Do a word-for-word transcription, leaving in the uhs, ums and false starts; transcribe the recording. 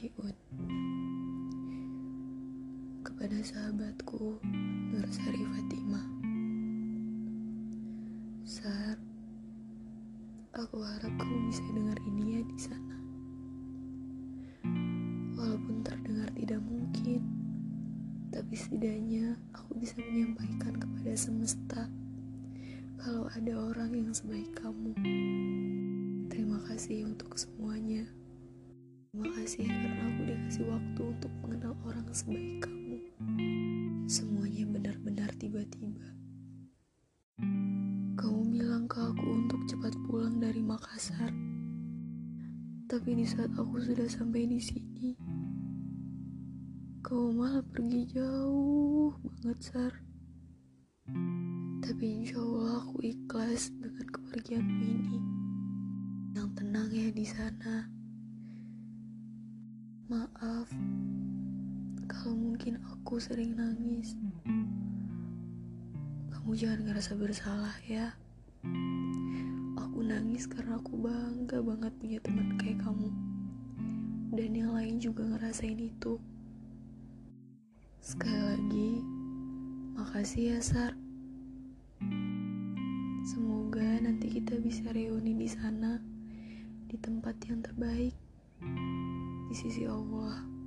Syai'un. Kepada sahabatku Nursari Fatimah. Sar, aku harap kamu bisa dengar ini ya di sana. Walaupun terdengar tidak mungkin, tapi setidaknya aku bisa menyampaikan kepada semesta kalau ada orang yang sebaik kamu. Terima kasih untuk semuanya. Terima kasih karena aku dikasih waktu untuk mengenal orang sebaik kamu. Semuanya benar-benar tiba-tiba. Kamu bilang ke aku untuk cepat pulang dari Makassar. Tapi di saat aku sudah sampai di sini, kamu malah pergi jauh banget, Sar. Tapi insya Allah aku ikhlas dengan kepergianmu ini. Yang tenang ya di sana. Maaf kalau mungkin aku sering nangis. Kamu jangan ngerasa bersalah ya. Aku nangis karena aku bangga banget punya teman kayak kamu. Dan yang lain juga ngerasain itu. Sekali lagi, makasih ya, Sar. Semoga nanti kita bisa reuni di sana, di tempat yang terbaik, di sisi Allah.